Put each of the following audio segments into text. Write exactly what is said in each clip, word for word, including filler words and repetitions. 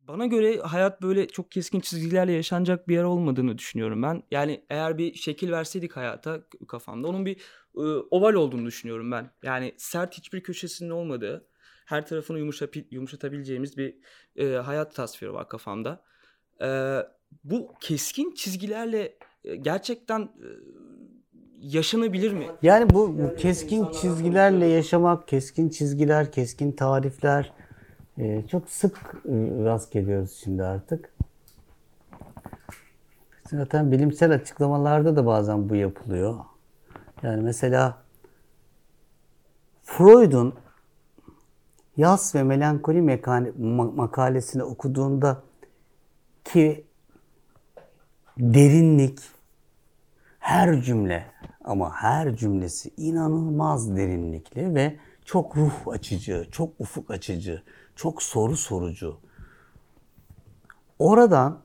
Bana göre hayat böyle çok keskin çizgilerle yaşanacak bir yer olmadığını düşünüyorum ben. Yani eğer bir şekil verseydik hayata kafamda onun bir ıı, oval olduğunu düşünüyorum ben. Yani sert hiçbir köşesinin olmadığı, her tarafını yumuşapi- yumuşatabileceğimiz bir e, hayat tasviri var kafamda. Ee, Bu keskin çizgilerle e, gerçekten e, yaşanabilir mi? Yani bu, bu keskin çizgilerle yaşamak, keskin çizgiler, keskin tarifler e, çok sık e, rast geliyoruz şimdi artık. Zaten bilimsel açıklamalarda da bazen bu yapılıyor. Yani mesela Freud'un Yas ve Melankoli Mekani- ma- makalesini okuduğunda ki derinlik, her cümle ama her cümlesi inanılmaz derinlikli ve çok ruh açıcı, çok ufuk açıcı, çok soru sorucu. Oradan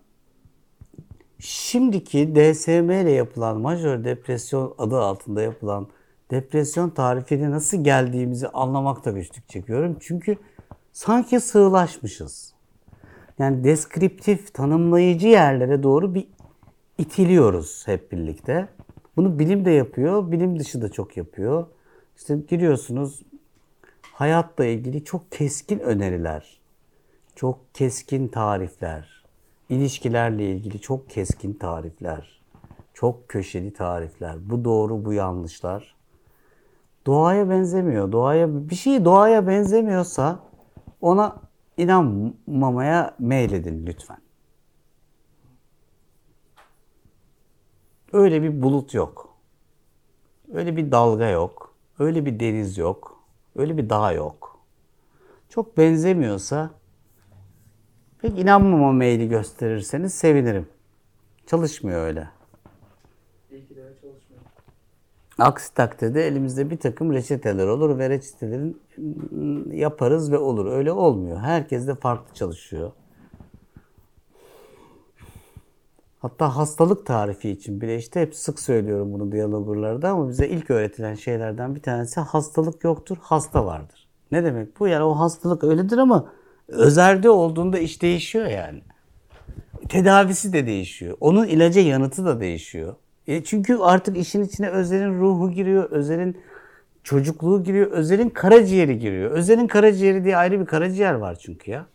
şimdiki D S M ile yapılan majör depresyon adı altında yapılan depresyon tarifine nasıl geldiğimizi anlamakta güçlük çekiyorum. Çünkü sanki sığlaşmışız. Yani deskriptif, tanımlayıcı yerlere doğru bir itiliyoruz hep birlikte. Bunu bilim de yapıyor, bilim dışı da çok yapıyor. İşte giriyorsunuz hayatla ilgili çok keskin öneriler, çok keskin tarifler, ilişkilerle ilgili çok keskin tarifler, çok köşeli tarifler. Bu doğru, bu yanlışlar. Doğaya benzemiyor. Doğaya bir şey doğaya benzemiyorsa ona inanmamaya meyledin lütfen. Öyle bir bulut yok. Öyle bir dalga yok. Öyle bir deniz yok. Öyle bir dağ yok. Çok benzemiyorsa pek inanmama meyli gösterirseniz sevinirim. Çalışmıyor öyle. Belki de çalışmıyor. Aksi takdirde elimizde bir takım reçeteler olur ve reçetelerin yaparız ve olur. Öyle olmuyor. Herkes de farklı çalışıyor. Hatta hastalık tarifi için bile işte hep sık söylüyorum bunu diyaloglarda ama bize ilk öğretilen şeylerden bir tanesi hastalık yoktur, hasta vardır. Ne demek bu? Yani o hastalık öyledir ama özelde olduğunda iş değişiyor yani. Tedavisi de değişiyor. Onun ilaca yanıtı da değişiyor. E çünkü artık işin içine Özer'in ruhu giriyor, Özer'in çocukluğu giriyor, Özer'in karaciğeri giriyor. Özer'in karaciğeri diye ayrı bir karaciğer var çünkü ya.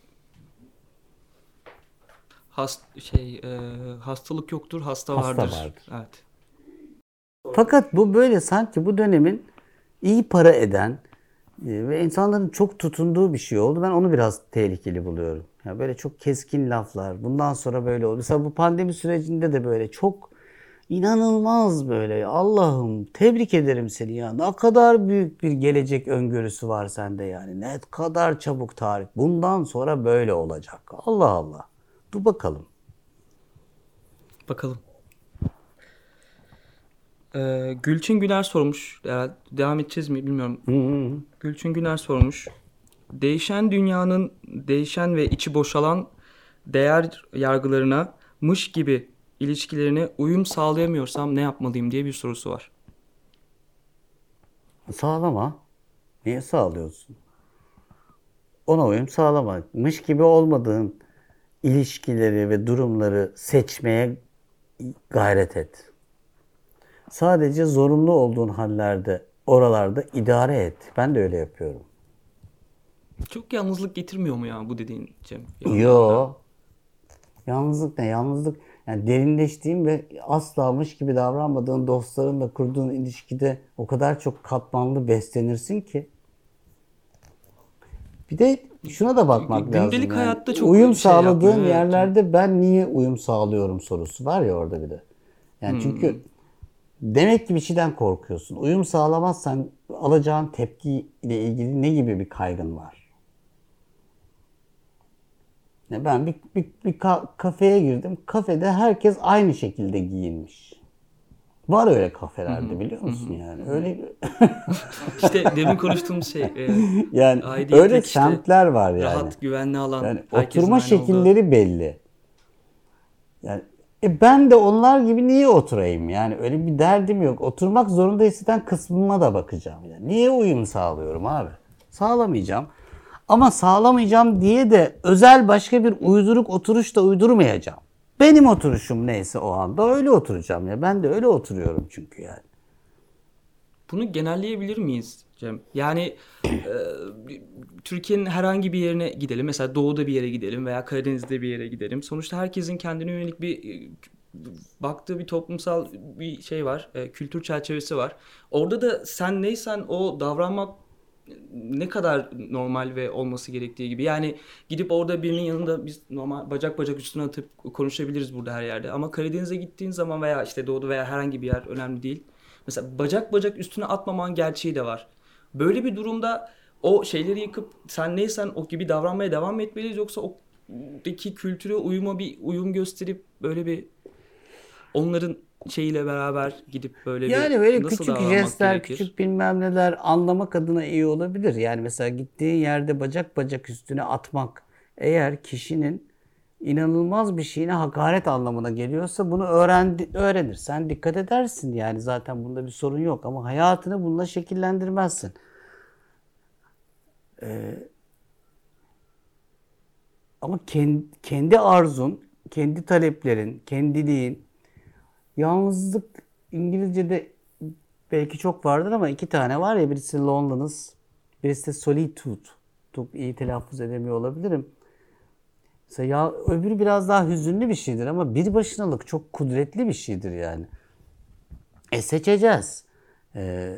Hast şey e, hastalık yoktur, hasta, Hasta vardır. vardır. Evet. Fakat bu böyle sanki bu dönemin iyi para eden e, ve insanların çok tutunduğu bir şey oldu. Ben onu biraz tehlikeli buluyorum. Ya böyle çok keskin laflar. Bundan sonra böyle oldu. Mesela bu pandemi sürecinde de böyle çok inanılmaz böyle. Allah'ım tebrik ederim seni ya. Ne kadar büyük bir gelecek öngörüsü var sende yani. Ne kadar çabuk tarih. Bundan sonra böyle olacak. Allah Allah. Dur bakalım. Bakalım. Ee, Gülçin Güler sormuş. Herhalde devam edeceğiz mi bilmiyorum. Hı hı. Gülçin Güler sormuş. Değişen dünyanın değişen ve içi boşalan değer yargılarına mış gibi ilişkilerine uyum sağlayamıyorsam ne yapmalıyım diye bir sorusu var. Sağlama. Niye sağlıyorsun? Ona uyum sağlamakmış gibi olmadığın ilişkileri ve durumları seçmeye gayret et. Sadece zorunlu olduğun hallerde, oralarda idare et. Ben de öyle yapıyorum. Çok yalnızlık getirmiyor mu ya bu dediğin Cem? Bir yandan da. Yo. Yalnızlık ne? Yalnızlık yani derinleştiğin ve aslamış gibi davranmadığın dostlarınla kurduğun ilişkide o kadar çok katmanlı beslenirsin ki. Bir de şuna da bakmak lazım Gündelik yani. hayatta çok Uyum şey yapmıyor. sağladığım Evet. yerlerde ben niye uyum sağlıyorum sorusu var ya orada bir de. Yani çünkü demek ki bir şeyden korkuyorsun. Uyum sağlamazsan alacağın tepki ile ilgili ne gibi bir kaygın var? Ya ben bir, bir, bir ka- kafeye girdim. Kafede herkes aynı şekilde giyinmiş. Var öyle kafelerde biliyor musun yani? Öyle İşte demin konuştuğumuz şey e, yani öyle aidiyet işte semtler var yani. rahat güvenli alan Yani herkesin oturma aynı olduğu. şekilleri belli. Yani e ben de onlar gibi niye oturayım? Yani öyle bir derdim yok. Oturmak zorunda hisseden kısmıma da bakacağım. Yani niye uyum sağlıyorum abi? Sağlamayacağım. Ama sağlamayacağım diye de özel başka bir uyduruk oturuş da uydurmayacağım. Benim oturuşum neyse o anda öyle oturacağım ya. Ben de öyle oturuyorum çünkü yani. Bunu genelleyebilir miyiz Cem? Yani e, Türkiye'nin herhangi bir yerine gidelim. Mesela doğuda bir yere gidelim veya Karadeniz'de bir yere gidelim. Sonuçta herkesin kendine yönelik bir e, baktığı bir toplumsal bir şey var. E, kültür çerçevesi var. Orada da sen neysen o davranmak ne kadar normal ve olması gerektiği gibi. Yani gidip orada birinin yanında biz normal bacak bacak üstüne atıp konuşabiliriz burada her yerde. Ama Karadeniz'e gittiğin zaman veya işte doğuda veya herhangi bir yer önemli değil. Mesela bacak bacak üstüne atmaman gerçeği de var. Böyle bir durumda o şeyleri yıkıp sen neysen o gibi davranmaya devam mı etmeliyiz, yoksa oradaki kültüre uyuma bir uyum gösterip böyle bir onların şeyiyle beraber gidip böyle Yani bir böyle nasıl küçük davranmak jestler, gerekir? küçük bilmem neler anlamak adına iyi olabilir. Yani mesela gittiğin yerde bacak bacak üstüne atmak eğer kişinin inanılmaz bir şeyine hakaret anlamına geliyorsa bunu öğrendi, öğrenirsen dikkat edersin. Yani zaten bunda bir sorun yok ama hayatını bununla şekillendirmezsin. Ama kendi, kendi arzun, kendi taleplerin, kendiliğin, yalnızlık İngilizce'de belki çok vardır ama iki tane var ya, birisi loneliness, birisi de solitude. Çok iyi telaffuz edemiyor olabilirim. Mesela ya, öbürü biraz daha hüzünlü bir şeydir ama bir başınalık çok kudretli bir şeydir yani. E seçeceğiz. Ee,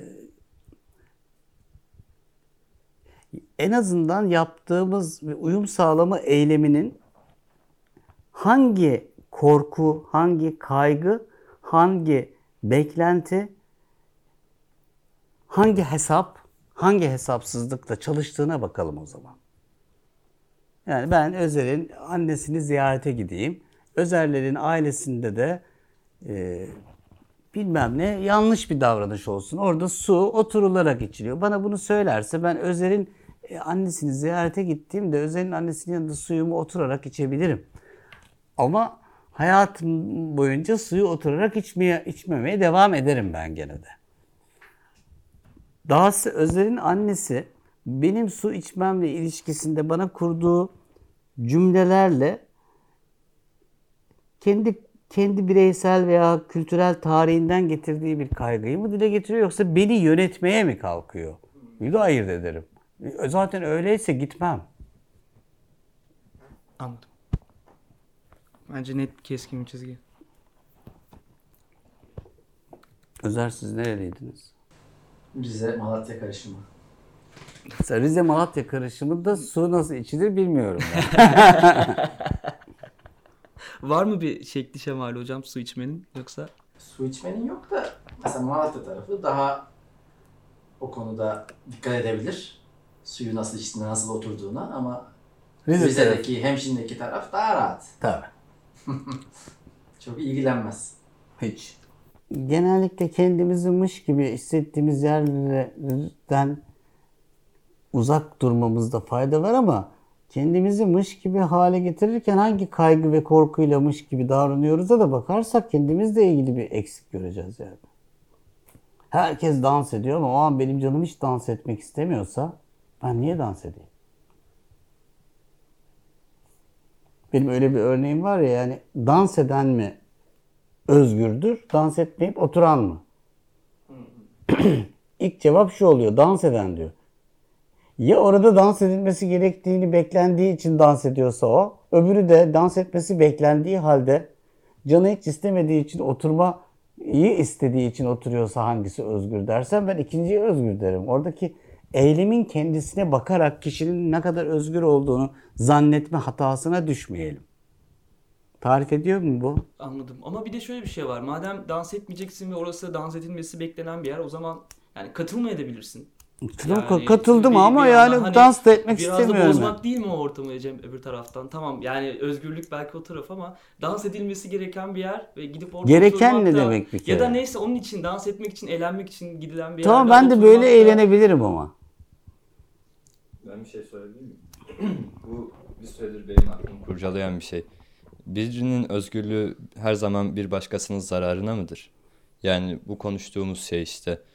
en azından yaptığımız uyum sağlama eyleminin hangi korku, hangi kaygı, hangi beklenti, hangi hesap, hangi hesapsızlıkla çalıştığına bakalım o zaman. Yani ben Özer'in annesini ziyarete gideyim. Özer'lerin ailesinde de e, bilmem ne yanlış bir davranış olsun. Orada su oturularak içiliyor. Bana bunu söylerse ben Özer'in e, annesini ziyarete gittiğimde Özer'in annesinin yanında suyumu oturarak içebilirim. Ama hayatım boyunca suyu oturarak içmeye, içmemeye devam ederim ben gene de. Dahası Özer'in annesi benim su içmemle ilişkisinde bana kurduğu cümlelerle kendi kendi bireysel veya kültürel tarihinden getirdiği bir kaygıyı mı dile getiriyor, yoksa beni yönetmeye mi kalkıyor? Bir de ayırt ederim. Zaten öyleyse gitmem. Anladım. Bence net, keskin bir çizgi. Özer, siz nereliydiniz? Rize Malatya karışımı. Mesela Rize Malatya karışımında su nasıl içilir bilmiyorum ben. Var mı bir şekli şemali hocam su içmenin, yoksa? Su içmenin yok da mesela Malatya tarafı daha o konuda dikkat edebilir. Suyu nasıl içtiğine, nasıl oturduğuna, ama Rize Rize'deki, Hemşin'deki taraf daha rahat. Tabii. Çok ilgilenmez. Hiç. Genellikle kendimizi mış gibi hissettiğimiz yerlerden uzak durmamızda fayda var ama kendimizi mış gibi hale getirirken hangi kaygı ve korkuyla mış gibi davranıyoruz'a da bakarsak kendimizle ilgili bir eksik göreceğiz yani. Herkes dans ediyor ama o an benim canım hiç dans etmek istemiyorsa ben niye dans edeyim? Benim öyle bir örneğim var ya, yani dans eden mi özgürdür, dans etmeyip oturan mı? İlk cevap şu oluyor, dans eden diyor. Ya orada dans edilmesi gerektiğini beklendiği için dans ediyorsa o, öbürü de dans etmesi beklendiği halde canı hiç istemediği için oturmayı istediği için oturuyorsa hangisi özgür dersen ben ikinciye özgür derim. Oradaki eylemin kendisine bakarak kişinin ne kadar özgür olduğunu zannetme hatasına düşmeyelim. Tarif ediyor mu bu? Anladım. Ama bir de şöyle bir şey var. Madem dans etmeyeceksin ve orası dans edilmesi beklenen bir yer, o zaman yani katılmayabilirsin. Yani, katıldım bir, ama bir yani hani dans da etmek biraz istemiyorum. Biraz da bozmak yani. değil mi o ortamı Cem, öbür taraftan? Tamam, yani özgürlük belki o taraf ama dans edilmesi gereken bir yer ve gidip orada Gereken oturmak ne da, demek bir kere? ya da neyse onun için, dans etmek için, eğlenmek için gidilen bir Tamam, yerde ben de böyle oturmak da- eğlenebilirim ama. Ben bir şey söyleyebilir miyim? Bu bir süredir benim aklımı kurcalayan bir şey. Birinin özgürlüğü her zaman bir başkasının zararına mıdır? Yani bu konuştuğumuz şey işte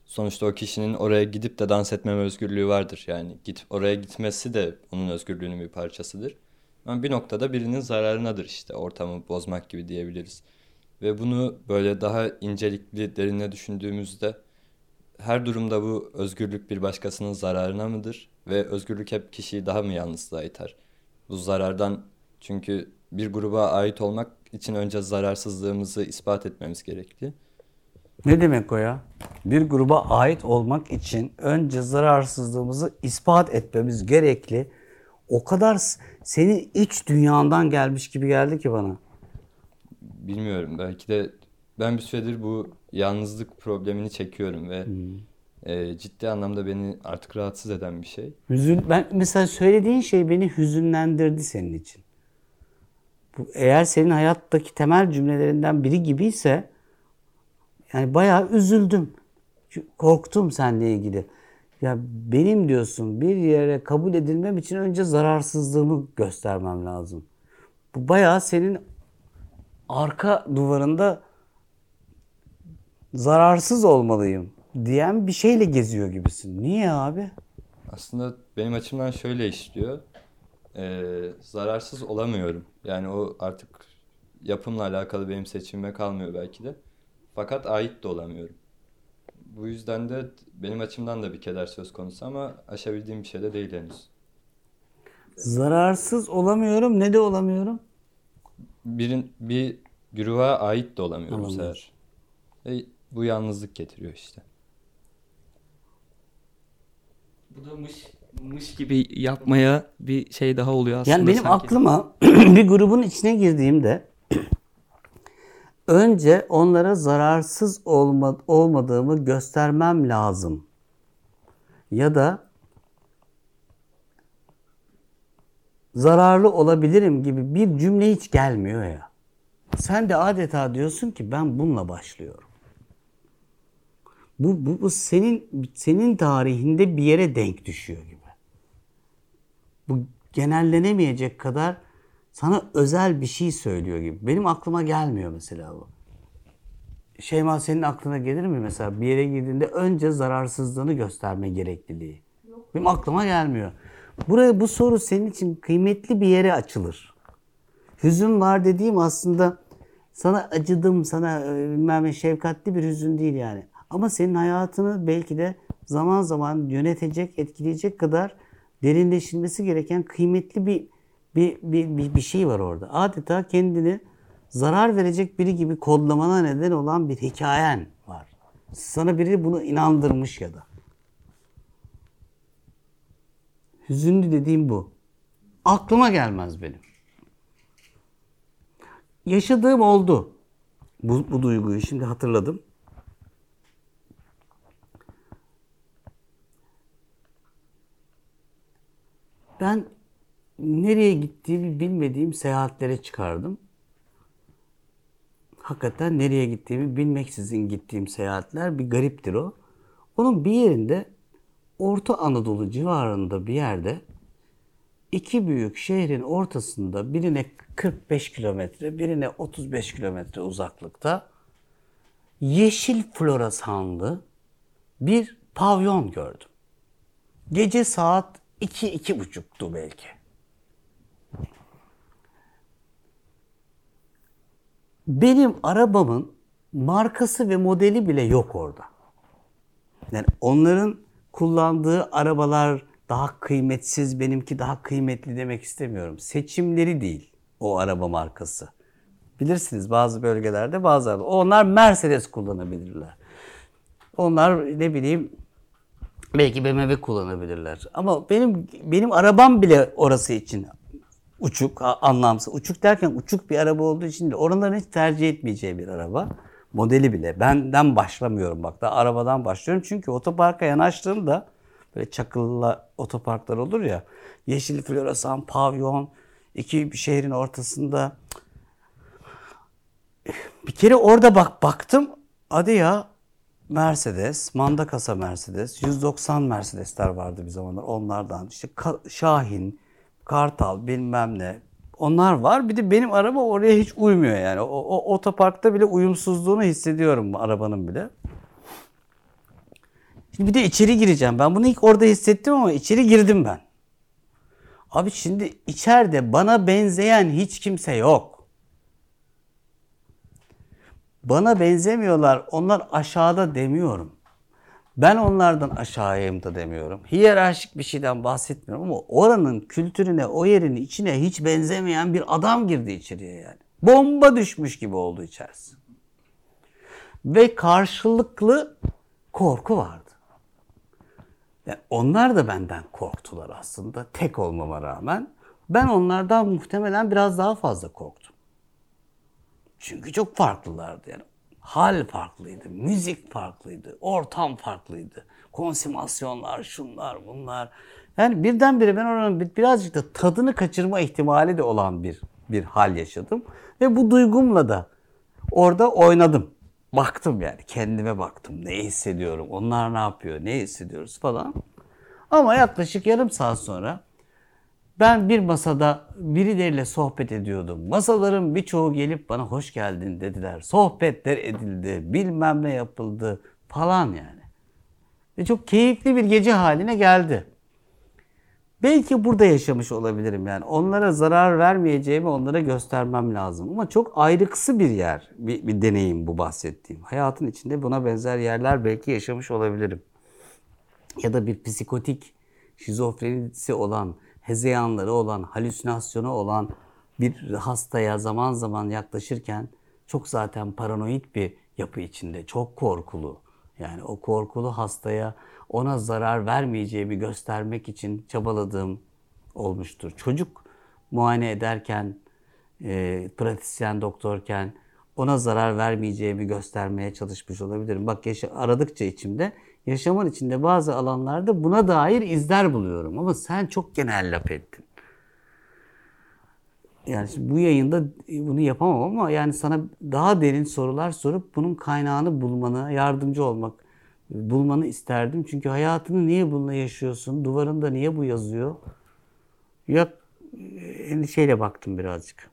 sonuçta o kişinin oraya gidip de dans etmeme özgürlüğü vardır. Yani git oraya gitmesi de onun özgürlüğünün bir parçasıdır. Ama bir noktada birinin zararınadır işte, ortamı bozmak gibi diyebiliriz. Ve bunu böyle daha incelikli, derine düşündüğümüzde her durumda bu özgürlük bir başkasının zararına mıdır? Ve özgürlük hep kişiyi daha mı yalnızlığa iter? Bu zarardan, çünkü bir gruba ait olmak için önce zararsızlığımızı ispat etmemiz gerekli. Ne demek o ya? Bir gruba ait olmak için önce zararsızlığımızı ispat etmemiz gerekli. O kadar s- senin iç dünyandan gelmiş gibi geldi ki bana. Bilmiyorum, belki de ben bir süredir bu yalnızlık problemini çekiyorum ve e, ciddi anlamda beni artık rahatsız eden bir şey. Hüzün, ben mesela söylediğin şey beni hüzünlendirdi senin için. Bu, eğer senin hayattaki temel cümlelerinden biri gibiyse yani bayağı üzüldüm. Çünkü korktum seninle ilgili. Ya benim diyorsun bir yere kabul edilmem için önce zararsızlığımı göstermem lazım. Bu bayağı senin arka duvarında zararsız olmalıyım diyen bir şeyle geziyor gibisin. Niye abi? Aslında benim açımdan şöyle işliyor. E, zararsız olamıyorum. Yani o artık yapımla alakalı benim seçimime kalmıyor belki de. Fakat ait de olamıyorum. Bu yüzden de benim açımdan da bir keder söz konusu ama aşabildiğim bir şey de değil henüz. Zararsız olamıyorum. Ne de olamıyorum? Birin, bir güruha ait de olamıyorum bu Olamıyorum. sefer. Ve bu yalnızlık getiriyor işte. Bu da mış, mış gibi yapmaya bir şey daha oluyor aslında Yani benim sanki. aklıma bir grubun içine girdiğimde önce onlara zararsız olma, olmadığımı göstermem lazım. Ya da zararlı olabilirim gibi bir cümle hiç gelmiyor ya. Sen de adeta diyorsun ki ben bununla başlıyorum. Bu, bu, bu senin senin tarihinde bir yere denk düşüyor gibi. Bu genellenemeyecek kadar sana özel bir şey söylüyor gibi. Benim aklıma gelmiyor mesela bu. Şeyma, senin aklına gelir mi mesela bir yere girdiğinde önce zararsızlığını gösterme gerekliliği? Benim aklıma gelmiyor. Buraya bu soru senin için kıymetli bir yere açılır. Hüzün var dediğim aslında sana acıdım, sana e, bilmem ne, şefkatli bir hüzün değil yani. Ama senin hayatını belki de zaman zaman yönetecek, etkileyecek kadar derinleşilmesi gereken kıymetli bir bir, bir, bir, bir şey var orada. Adeta kendini zarar verecek biri gibi kodlamana neden olan bir hikayen var. Sana biri bunu inandırmış ya da. Hüzünlü dediğim bu. Aklıma gelmez benim. Yaşadığım oldu. Bu, bu duyguyu şimdi hatırladım. Ben nereye gittiğimi bilmediğim seyahatlere çıkardım. Hakikaten nereye gittiğimi bilmeksizin gittiğim seyahatler bir gariptir o. Onun bir yerinde Orta Anadolu civarında bir yerde iki büyük şehrin ortasında birine kırk beş kilometre, birine otuz beş kilometre uzaklıkta yeşil floresanlı bir pavyon gördüm. Gece saat iki, iki buçuktu belki. Benim arabamın markası ve modeli bile yok orada. Yani onların kullandığı arabalar daha kıymetsiz, benimki daha kıymetli demek istemiyorum. Seçimleri değil o araba markası. Bilirsiniz bazı bölgelerde bazı araba. Onlar Mercedes kullanabilirler. Onlar ne bileyim belki B M W kullanabilirler. Ama benim benim arabam bile orası için uçuk, anlamsız. Uçuk derken uçuk bir araba olduğu için de oraların hiç tercih etmeyeceği bir araba. Modeli bile. Benden başlamıyorum bak da arabadan başlıyorum. Çünkü otoparka yanaştığımda böyle çakılı otoparklar olur ya. Yeşil floresan, pavyon, iki şehrin ortasında. Bir kere orada bak baktım. Hadi ya Mercedes, manda kasa Mercedes, yüz doksan Mercedesler vardı bir zamanlar onlardan. İşte Şahin, Kartal bilmem ne. Onlar var. Bir de benim araba oraya hiç uymuyor yani. O, o otoparkta bile uyumsuzluğunu hissediyorum arabanın bile. Şimdi bir de içeri gireceğim. Ben bunu ilk orada hissettim ama içeri girdim ben. Abi şimdi içeride bana benzeyen hiç kimse yok. Bana benzemiyorlar. Onlar aşağıda demiyorum. Ben onlardan aşağıyım da demiyorum. Hiyerarşik bir şeyden bahsetmiyorum ama oranın kültürüne, o yerin içine hiç benzemeyen bir adam girdi içeriye yani. Bomba düşmüş gibi oldu içerisi. Ve karşılıklı korku vardı. Yani onlar da benden korktular aslında tek olmama rağmen. Ben onlardan muhtemelen biraz daha fazla korktum. Çünkü çok farklılardı yani. Hal farklıydı, müzik farklıydı, ortam farklıydı. Konsumasyonlar, şunlar, bunlar. Yani birdenbire ben oranın birazcık da tadını kaçırma ihtimali de olan bir bir hal yaşadım. Ve bu duygumla da orada oynadım. Baktım yani, kendime baktım. Ne hissediyorum, onlar ne yapıyor, ne hissediyoruz falan. Ama yaklaşık yarım saat sonra ben bir masada birileriyle sohbet ediyordum. Masaların birçoğu gelip bana hoş geldin dediler. Sohbetler edildi, bilmem ne yapıldı falan yani. Ve çok keyifli bir gece haline geldi. Belki burada yaşamış olabilirim yani. Onlara zarar vermeyeceğimi onlara göstermem lazım. Ama çok ayrıksı bir yer, bir, bir deneyim bu bahsettiğim. Hayatın içinde buna benzer yerler belki yaşamış olabilirim. Ya da bir psikotik, şizofrenisi olan, hezeyanları olan, halüsinasyonu olan bir hastaya zaman zaman yaklaşırken çok zaten paranoid bir yapı içinde, çok korkulu. Yani o korkulu hastaya ona zarar vermeyeceğimi göstermek için çabaladığım olmuştur. Çocuk muayene ederken, e, pratisyen doktorken ona zarar vermeyeceğimi göstermeye çalışmış olabilirim. Bak yaşa, aradıkça içimde, yaşamın içinde bazı alanlarda buna dair izler buluyorum. Ama sen çok genel laf ettin. Yani bu yayında bunu yapamam ama yani sana daha derin sorular sorup bunun kaynağını bulmana yardımcı olmak, bulmanı isterdim. Çünkü hayatını niye bununla yaşıyorsun? Duvarında niye bu yazıyor? Ya endişeyle baktım birazcık.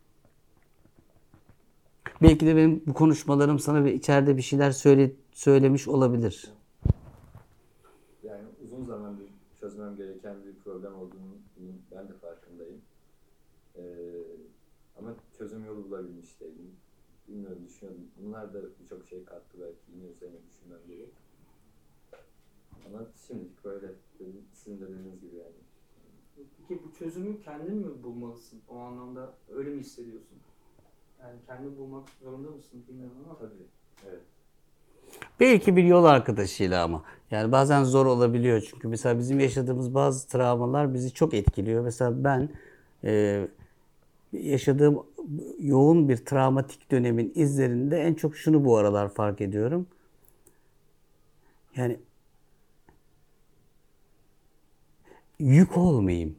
Belki de benim bu konuşmalarım sana bir içeride bir şeyler söyle, söylemiş olabilir. Yani uzun zamandır çözmem gereken bir problem olduğunu ben de farkındayım. Ee, ama çözüm yolu bulabilmiş değilim. Bilmiyorum, düşünüyorum. Bunlar da birçok şey kattı belki. Yine üzerine düşünmem gerek. Ama şimdilik böyle. Sizin de dediğiniz gibi yani. Peki bu çözümü kendin mi bulmalısın? O anlamda öyle mi hissediyorsun? Yani kendin bulmak zorunda mısın bilmiyorum ama. Tabii. Evet. Belki bir yol arkadaşıyla ama. Yani bazen zor olabiliyor. Çünkü mesela bizim yaşadığımız bazı travmalar bizi çok etkiliyor. Mesela ben e, yaşadığım yoğun bir travmatik dönemin izlerinde en çok şunu bu aralar fark ediyorum. Yani yük olmayayım.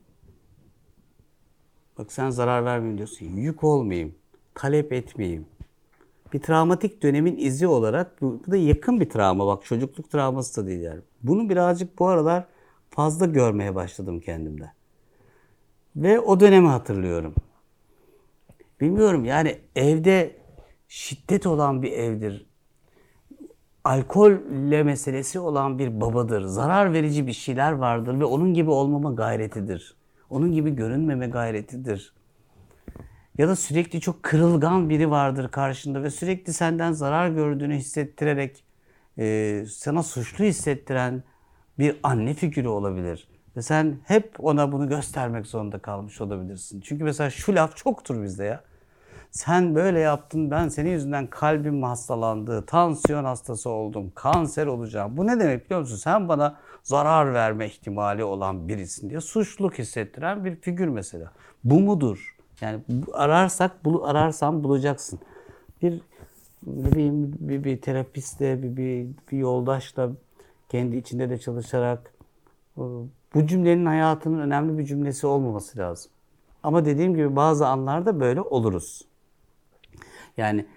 Bak sen zarar vermeyeyim diyorsun. Yük olmayayım. Talep etmeyeyim. Bir travmatik dönemin izi olarak bu, bu da yakın bir travma. Bak çocukluk travması da değil yani. Bunu birazcık bu aralar fazla görmeye başladım kendimde. Ve o dönemi hatırlıyorum. Bilmiyorum yani evde şiddet olan bir evdir. Alkolle meselesi olan bir babadır. Zarar verici bir şeyler vardır ve onun gibi olmama gayretidir. Onun gibi görünmeme gayretidir. Ya da sürekli çok kırılgan biri vardır karşında ve sürekli senden zarar gördüğünü hissettirerek e, sana suçlu hissettiren bir anne figürü olabilir. Ve sen hep ona bunu göstermek zorunda kalmış olabilirsin. Çünkü mesela şu laf çoktur bizde ya. Sen böyle yaptın, ben senin yüzünden kalbim hastalandı, tansiyon hastası oldum, kanser olacağım. Bu ne demek biliyor musun? Sen bana zarar verme ihtimali olan birisin diye suçluluk hissettiren bir figür mesela. Bu mudur? Yani ararsak, bul, ararsan bulacaksın. Bir bir, bir, bir terapistle, bir, bir, bir yoldaşla, kendi içinde de çalışarak bu cümlenin hayatının önemli bir cümlesi olmaması lazım. Ama dediğim gibi bazı anlarda böyle oluruz. Yani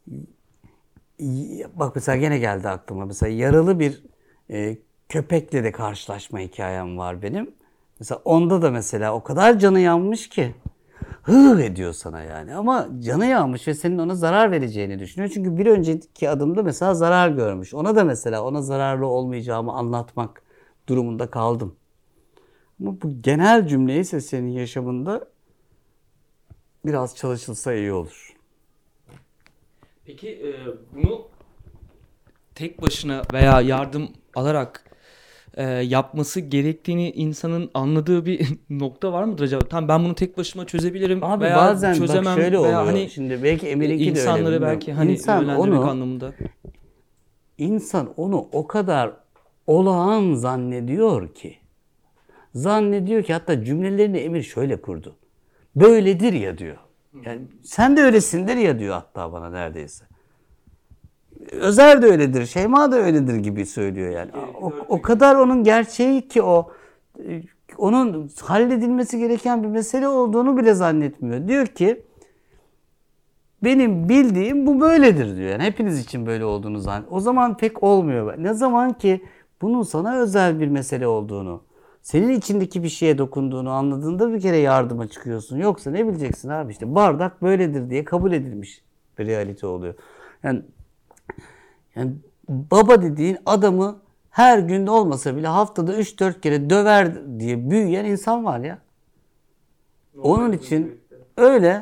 bak mesela gene geldi aklıma. Mesela yaralı bir e, köpekle de karşılaşma hikayem var benim. Mesela onda da mesela o kadar canı yanmış ki hı ediyor sana yani. Ama canı yanmış ve senin ona zarar vereceğini düşünüyor. Çünkü bir önceki adımda mesela zarar görmüş. Ona da mesela ona zararlı olmayacağımı anlatmak durumunda kaldım. Ama bu genel cümle ise senin yaşamında biraz çalışılsa iyi olur. Peki e, bunu tek başına veya yardım alarak e, yapması gerektiğini insanın anladığı bir nokta var mıdır acaba? Tamam, ben bunu tek başıma çözebilirim Abi veya bazen çözemem bak şöyle veya oluyor. hani Şimdi belki Emel'inki de öyle. insanları bilmiyorum. belki hani İnsan yönlendirmek onu, anlamında. İnsan onu o kadar olağan zannediyor ki. Zannediyor ki hatta cümlelerini Emir şöyle kurdu. Böyledir ya diyor. Yani sen de öylesindir ya diyor hatta bana neredeyse. Özer de öyledir, Şeyma da öyledir gibi söylüyor yani. O, o kadar onun gerçeği ki o. Onun halledilmesi gereken bir mesele olduğunu bile zannetmiyor. Diyor ki benim bildiğim bu böyledir diyor. Yani hepiniz için böyle olduğunu zannediyor. O zaman pek olmuyor. Ne zaman ki bunun sana özel bir mesele olduğunu, senin içindeki bir şeye dokunduğunu anladığında bir kere yardıma çıkıyorsun. Yoksa ne bileceksin abi, işte bardak böyledir diye kabul edilmiş bir realite oluyor. Yani, yani baba dediğin adamı her gün olmasa bile haftada üç dört kere döver diye büyüyen insan var ya. Onun için öyle.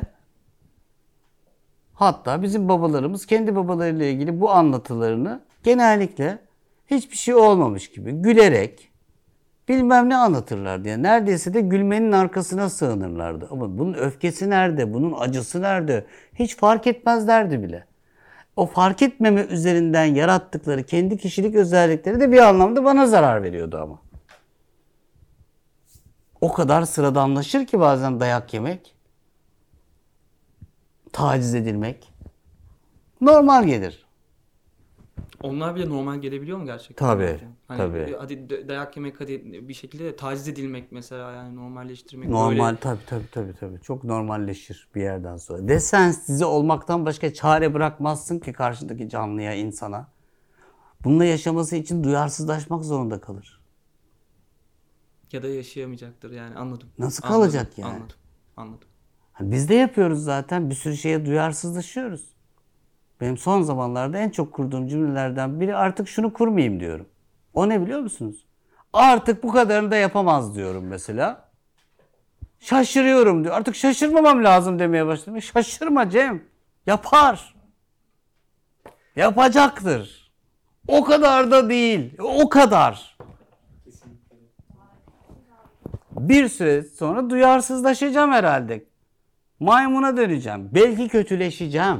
Hatta bizim babalarımız kendi babalarıyla ilgili bu anlatılarını genellikle hiçbir şey olmamış gibi gülerek bilmem ne anlatırlardı. Yani neredeyse de gülmenin arkasına sığınırlardı. Ama bunun öfkesi nerede, bunun acısı nerede hiç fark etmezlerdi bile. O fark etmeme üzerinden yarattıkları kendi kişilik özellikleri de bir anlamda bana zarar veriyordu ama. O kadar sıradanlaşır ki bazen dayak yemek, taciz edilmek normal gelir. Onlar bile normal gelebiliyor mu gerçekten? Tabii, Hani tabii. hadi dayak yemek, hadi bir şekilde de taciz edilmek mesela, yani normalleştirmek Normal böyle. tabii tabii tabii tabii. Çok normalleşir bir yerden sonra. Desensize olmaktan başka çare bırakmazsın ki karşındaki canlıya, insana. Bununla yaşaması için duyarsızlaşmak zorunda kalır. Ya da yaşayamayacaktır yani, anladım. Nasıl Anladım, kalacak yani? Anladım. Anladım. Biz de yapıyoruz zaten. Bir sürü şeye duyarsızlaşıyoruz. Benim son zamanlarda en çok kurduğum cümlelerden biri artık şunu kurmayayım diyorum. O ne biliyor musunuz? Artık bu kadarını da yapamaz diyorum mesela. Şaşırıyorum diyor. Artık şaşırmamam lazım demeye başladım. Şaşırma Cem. Yapar. Yapacaktır. O kadar da değil. O kadar. Bir süre sonra duyarsızlaşacağım herhalde. Maymuna döneceğim. Belki kötüleşeceğim.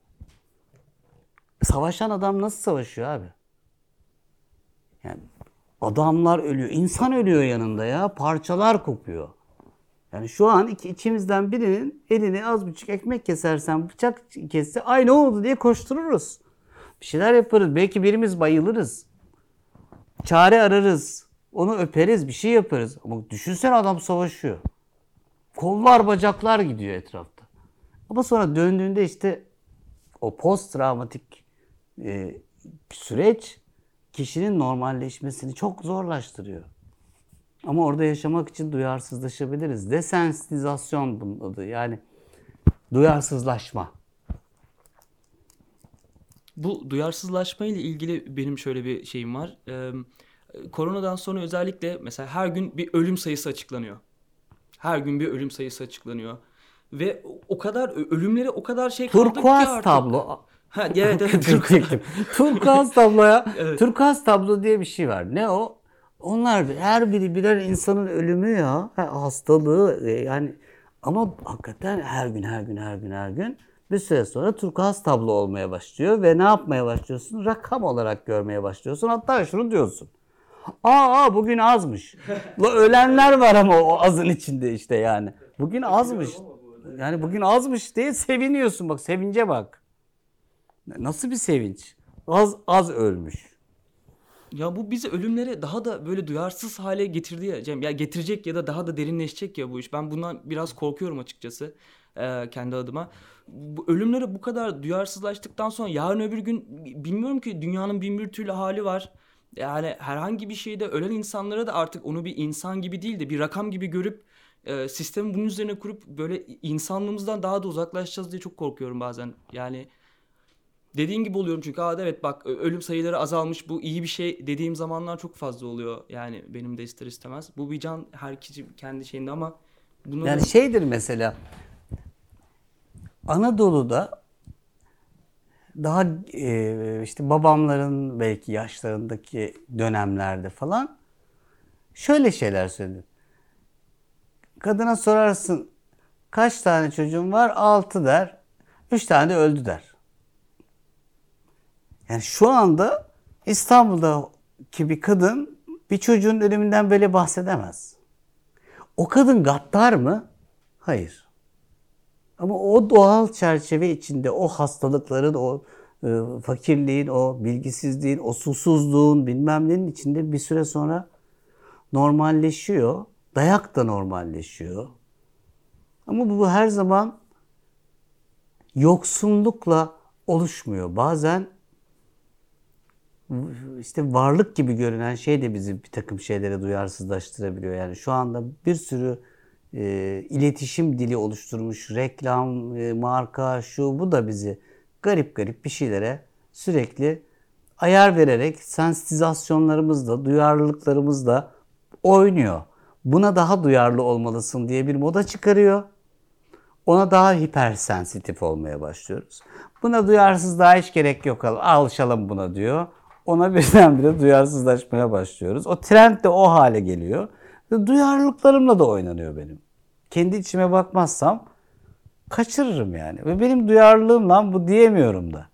Savaşan adam nasıl savaşıyor abi? Yani adamlar ölüyor. İnsan ölüyor yanında ya. Parçalar kopuyor. Yani şu an iki, içimizden birinin eline az buçuk ekmek kesersen, bıçak kesse, ay ne oldu diye koştururuz. Bir şeyler yaparız. Belki birimiz bayılırız. Çare ararız. Onu öperiz, bir şey yaparız. Ama düşünsene adam savaşıyor. Kollar, bacaklar gidiyor etrafta. Ama sonra döndüğünde işte o post travmatik e, süreç kişinin normalleşmesini çok zorlaştırıyor. Ama orada yaşamak için duyarsızlaşabiliriz. Desensitizasyon bunun adı. Yani duyarsızlaşma. Bu duyarsızlaşma ile ilgili benim şöyle bir şeyim var. Ee, koronadan sonra özellikle mesela her gün bir ölüm sayısı açıklanıyor. Her gün bir ölüm sayısı açıklanıyor. Ve o kadar ölümleri o kadar şey kaldık ki Turkuaz artık. tablo. Ha, evet evet. Turkuaz. Turkuaz tabloya. Evet. Turkuaz tablo diye bir şey var. Ne o? Onlar her biri birer insanın ölümü ya. Hastalığı yani. Ama hakikaten her gün her gün her gün her gün bir süre sonra turkuaz tablo olmaya başlıyor ve ne yapmaya başlıyorsun? Rakam olarak görmeye başlıyorsun. Hatta şunu diyorsun. Aa bugün azmış. La ölenler var ama o azın içinde işte yani. Bugün azmış. Yani bugün azmış diye seviniyorsun. Bak sevince bak. Nasıl bir sevinç? Az az ölmüş. Ya bu bizi ölümlere daha da böyle duyarsız hale getirdi ya Cem. Ya getirecek ya da daha da derinleşecek ya bu iş. Ben bundan biraz korkuyorum açıkçası e, kendi adıma. Bu ölümlere bu kadar duyarsızlaştıktan sonra yarın öbür gün bilmiyorum ki, dünyanın bin bir türlü hali var. Yani herhangi bir şeyde ölen insanlara da artık onu bir insan gibi değil de bir rakam gibi görüp e, sistemi bunun üzerine kurup böyle insanlığımızdan daha da uzaklaşacağız diye çok korkuyorum bazen. Yani dediğin gibi oluyorum çünkü aa evet bak ö- ölüm sayıları azalmış, bu iyi bir şey dediğim zamanlar çok fazla oluyor. Yani benim de ister istemez. Bu bir can, herkes kendi şeyinde ama bunları Yani şeydir mesela, Anadolu'da daha e, işte babamların belki yaşlarındaki dönemlerde falan şöyle şeyler söylenir. Kadına sorarsın kaç tane çocuğun var? Altı der. Üç tane de öldü der. Yani şu anda İstanbul'daki bir kadın bir çocuğun ölümünden böyle bahsedemez. O kadın gaddar mı? Hayır. Ama o doğal çerçeve içinde o hastalıkların, o e, fakirliğin, o bilgisizliğin, o susuzluğun bilmem nenin içinde bir süre sonra normalleşiyor. Dayak da normalleşiyor. Ama bu her zaman yoksunlukla oluşmuyor. Bazen işte varlık gibi görünen şey de bizi bir takım şeylere duyarsızlaştırabiliyor. Yani şu anda bir sürü e, iletişim dili oluşturmuş, reklam, e, marka, şu bu da bizi garip garip bir şeylere sürekli ayar vererek sensitizasyonlarımızla, duyarlılıklarımızla oynuyor. Buna daha duyarlı olmalısın diye bir moda çıkarıyor. Ona daha hipersensitif olmaya başlıyoruz. Buna duyarsızlığa hiç gerek yok, alışalım buna diyor. Ona birdenbire duyarsızlaşmaya başlıyoruz. O trend de o hale geliyor. Duyarlılıklarımla da oynanıyor benim. Kendi içime bakmazsam kaçırırım yani. Ve benim duyarlılığım lan bu diyemiyorum da.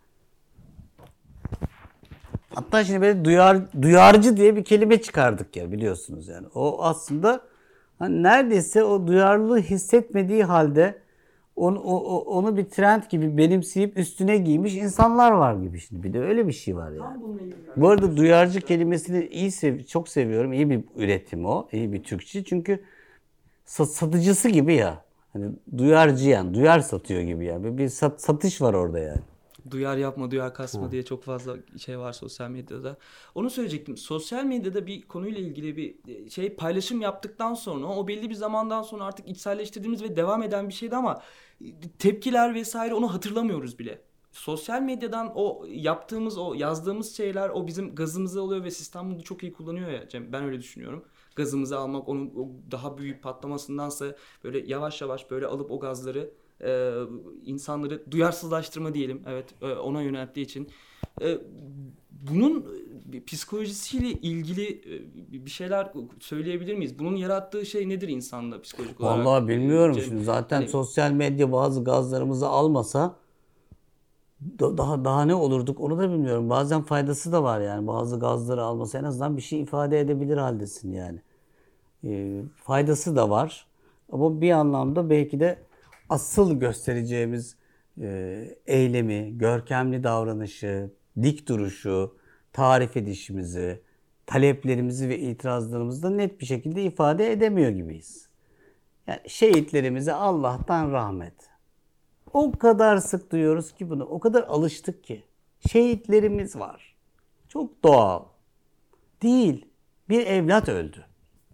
Hatta şimdi böyle duyar, duyarcı diye bir kelime çıkardık ya, biliyorsunuz yani. O aslında hani neredeyse o duyarlılığı hissetmediği halde onu, o, onu bir trend gibi benimseyip üstüne giymiş insanlar var gibi şimdi. Bir de öyle bir şey var yani. Bu arada duyarcı kelimesini iyi sev çok seviyorum. İyi bir üretim o. İyi bir Türkçe. Çünkü satıcısı gibi ya. Hani duyarcı yani. Duyar satıyor gibi yani. Bir sat, satış var orada yani. duyar yapma, duyar kasma diye çok fazla şey var sosyal medyada. Onu söyleyecektim. Sosyal medyada bir konuyla ilgili bir şey paylaşım yaptıktan sonra o belli bir zamandan sonra artık içselleştirdiğimiz ve devam eden bir şeydi ama tepkiler vesaire onu hatırlamıyoruz bile. Sosyal medyadan o yaptığımız, o yazdığımız şeyler o bizim gazımızı alıyor ve sistem bunu çok iyi kullanıyor ya Cem. Ben öyle düşünüyorum. Gazımızı almak, onun o daha büyük patlamasındansa böyle yavaş yavaş böyle alıp o gazları e, insanları duyarsızlaştırma diyelim. Evet, e, ona yönelttiği için. E, bunun psikolojisiyle ilgili e, bir şeyler söyleyebilir miyiz? Bunun yarattığı şey nedir insanda psikolojik olarak? Vallahi bilmiyorum Cem, şimdi. Zaten hani, sosyal medya bazı gazlarımızı almasa da- daha daha ne olurduk onu da bilmiyorum. Bazen faydası da var yani. Bazı gazları alması en azından bir şey ifade edebilir haldesin yani. E, faydası da var. Ama bir anlamda belki de asıl göstereceğimiz e, eylemi, görkemli davranışı, dik duruşu, tarif edişimizi, taleplerimizi ve itirazlarımızı da net bir şekilde ifade edemiyor gibiyiz. Yani şehitlerimize Allah'tan rahmet. O kadar sık duyuyoruz ki bunu, o kadar alıştık ki. Şehitlerimiz var. Çok doğal. Değil. Bir evlat öldü.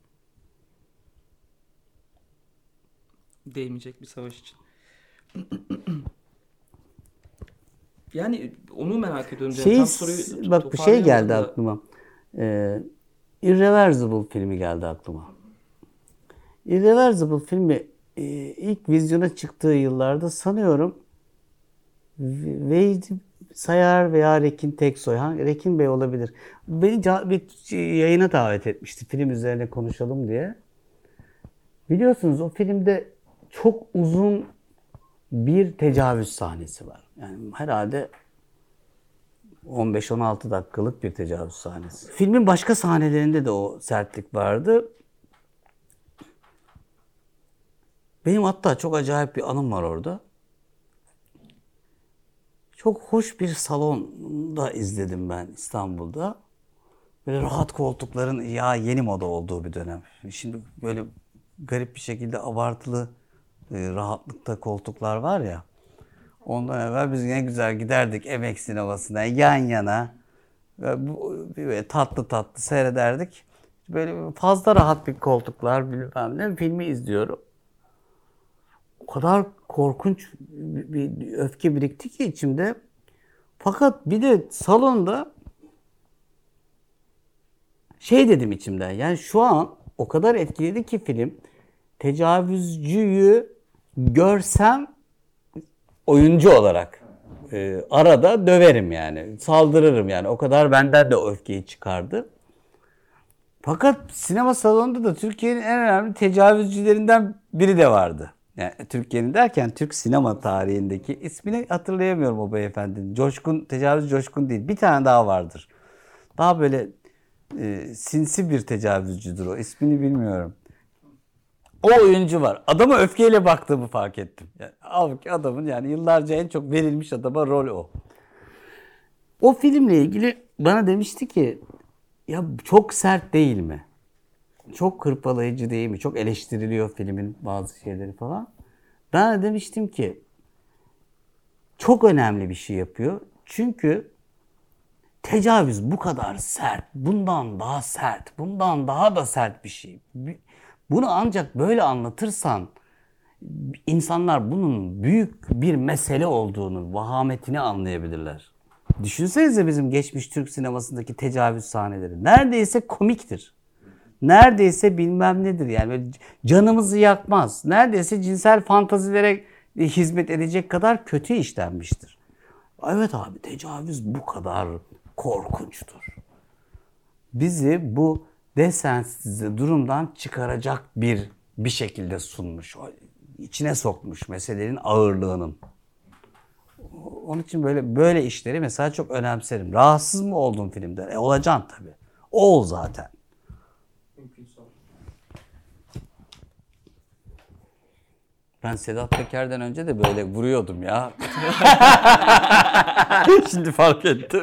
değmeyecek bir savaş için. Yani onu merak ediyorum. Şey, Tam soruyu bak bir şey geldi da. aklıma. Ee, Irreversible filmi geldi aklıma. Irreversible filmi e, ilk vizyona çıktığı yıllarda sanıyorum Veydi Sayar veya Rekin Teksoy, ha, Rekin Bey olabilir. Beni bir yayına davet etmişti film üzerine konuşalım diye. Biliyorsunuz o filmde çok uzun bir tecavüz sahnesi var. Yani herhalde on beş on altı dakikalık bir tecavüz sahnesi. Filmin başka sahnelerinde de o sertlik vardı. Benim hatta çok acayip bir anım var orada. Çok hoş bir salonda izledim ben İstanbul'da. Böyle rahat koltukların ya yeni moda olduğu bir dönem. Şimdi böyle garip bir şekilde abartılı e, rahatlıkta koltuklar var ya. Ondan evvel biz ne güzel giderdik emek sinemasına yan yana. Ve bu, böyle tatlı tatlı seyrederdik. böyle fazla rahat bir koltuklar bilmem ne filmi izliyorum. O kadar korkunç bir öfke birikti ki içimde. Fakat bir de salonda şey dedim içimden. Yani şu an o kadar etkiledi ki film. Tecavüzcüyü görsem oyuncu olarak e, arada döverim yani. Saldırırım yani. O kadar benden de o öfkeyi çıkardı. Fakat sinema salonunda da Türkiye'nin en önemli tecavüzcülerinden biri de vardı. Yani Türkiye'nin derken Türk sinema tarihindeki ismini hatırlayamıyorum o beyefendinin. Coşkun, tecavüz Coşkun değil. Bir tane daha vardır. Daha böyle e, sinsi bir tecavüzcüdür o. İsmini bilmiyorum. O oyuncu var. Adama öfkeyle baktığımı fark ettim. Yani, halbuki adamın yani yıllarca en çok verilmiş adama rol o. O filmle ilgili bana demişti ki ya çok sert değil mi? Çok hırpalayıcı değil mi? Çok eleştiriliyor filmin bazı şeyleri falan. Ben de demiştim ki çok önemli bir şey yapıyor. Çünkü tecavüz bu kadar sert, bundan daha sert, bundan daha da sert bir şey. Bunu ancak böyle anlatırsan insanlar bunun büyük bir mesele olduğunu, vahametini anlayabilirler. Düşünsenize bizim geçmiş Türk sinemasındaki tecavüz sahneleri. Neredeyse komiktir. Neredeyse bilmem nedir yani böyle canımızı yakmaz. Neredeyse cinsel fantazilere hizmet edecek kadar kötü işlenmiştir. Evet abi tecavüz bu kadar korkunçtur. Bizi bu desensiz durumdan çıkaracak bir bir şekilde sunmuş. İçine sokmuş meselelerin ağırlığının. Onun için böyle böyle işleri mesela çok önemserim. Rahatsız mı oldun filmden? E olacaksın tabii. Ol zaten. Ben Sedat Peker'den önce de böyle vuruyordum ya. Şimdi fark ettim.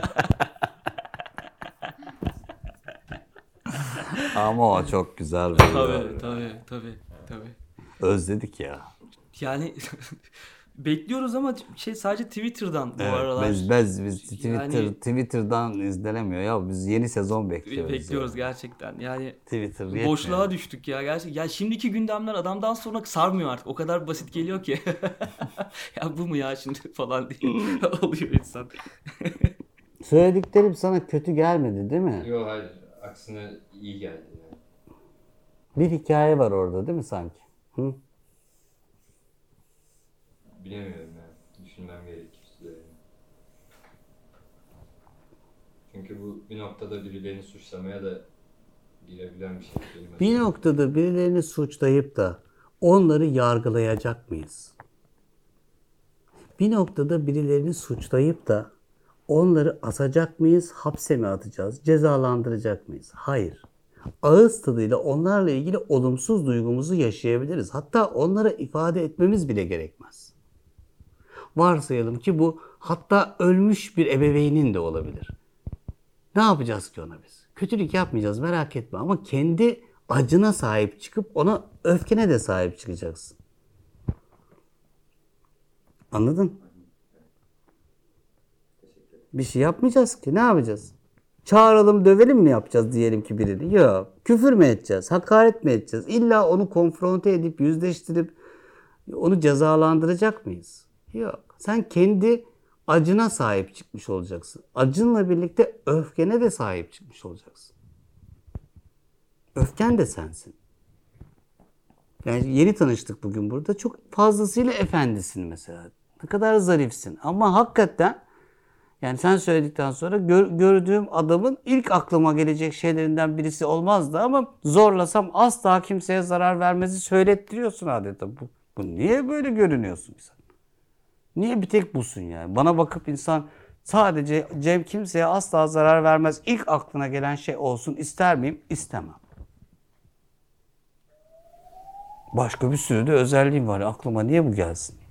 Ama o çok güzel vuruyor. Tabii tabii tabii tabii. Özledik ya. Yani bekliyoruz ama şey sadece Twitter'dan bu Evet, aralar. Biz, biz, biz Twitter, Yani- Twitter'dan izlenemiyor ya. Biz yeni sezon bekliyoruz. Bekliyoruz yani. gerçekten. Yani Twitter yetmiyor. boşluğa düştük ya gerçekten. Ya şimdiki gündemler adamdan sonra sarmıyor artık. O kadar basit geliyor ki. Ya bu mu ya şimdi falan diye oluyor insan. Söylediklerim sana kötü gelmedi değil mi? Yok hayır. Aksine iyi geldi yani. Bir hikaye var orada değil mi sanki? Hı? Bilemiyorum ya. Düşünmem gerekir size. Çünkü bu bir noktada birilerini suçlamaya da girebilen bir şey değil mi? Bir noktada birilerini suçlayıp da onları yargılayacak mıyız? Bir noktada birilerini suçlayıp da onları asacak mıyız, hapse mi atacağız, cezalandıracak mıyız? Hayır. Ağız tadıyla onlarla ilgili olumsuz duygumuzu yaşayabiliriz. Hatta onlara ifade etmemiz bile gerekmez. Varsayalım ki bu hatta ölmüş bir ebeveynin de olabilir. Ne yapacağız ki ona biz? Kötülük yapmayacağız merak etme ama kendi acına sahip çıkıp ona öfkene de sahip çıkacaksın. Anladın? Bir şey yapmayacağız ki. Ne yapacağız? Çağıralım, dövelim mi yapacağız diyelim ki birini? Yok. Küfür mü edeceğiz? Hakaret mi edeceğiz? İlla onu konfronte edip, yüzleştirip onu cezalandıracak mıyız? Yok. Sen kendi acına sahip çıkmış olacaksın. Acınla birlikte öfkene de sahip çıkmış olacaksın. Öfken de sensin. Yani yeni tanıştık bugün burada. Çok fazlasıyla efendisin mesela. Ne kadar zarifsin. Ama hakikaten yani sen söyledikten sonra gör, gördüğüm adamın ilk aklıma gelecek şeylerinden birisi olmazdı ama zorlasam asla kimseye zarar vermezi söylettiriyorsun adeta. Bu, bu niye böyle görünüyorsun sen? Niye bir tek busun yani? Bana bakıp insan sadece Cem kimseye asla zarar vermez. İlk aklına gelen şey olsun ister miyim? İstemem. Başka bir sürü de özelliğim var. Aklıma niye bu gelsin?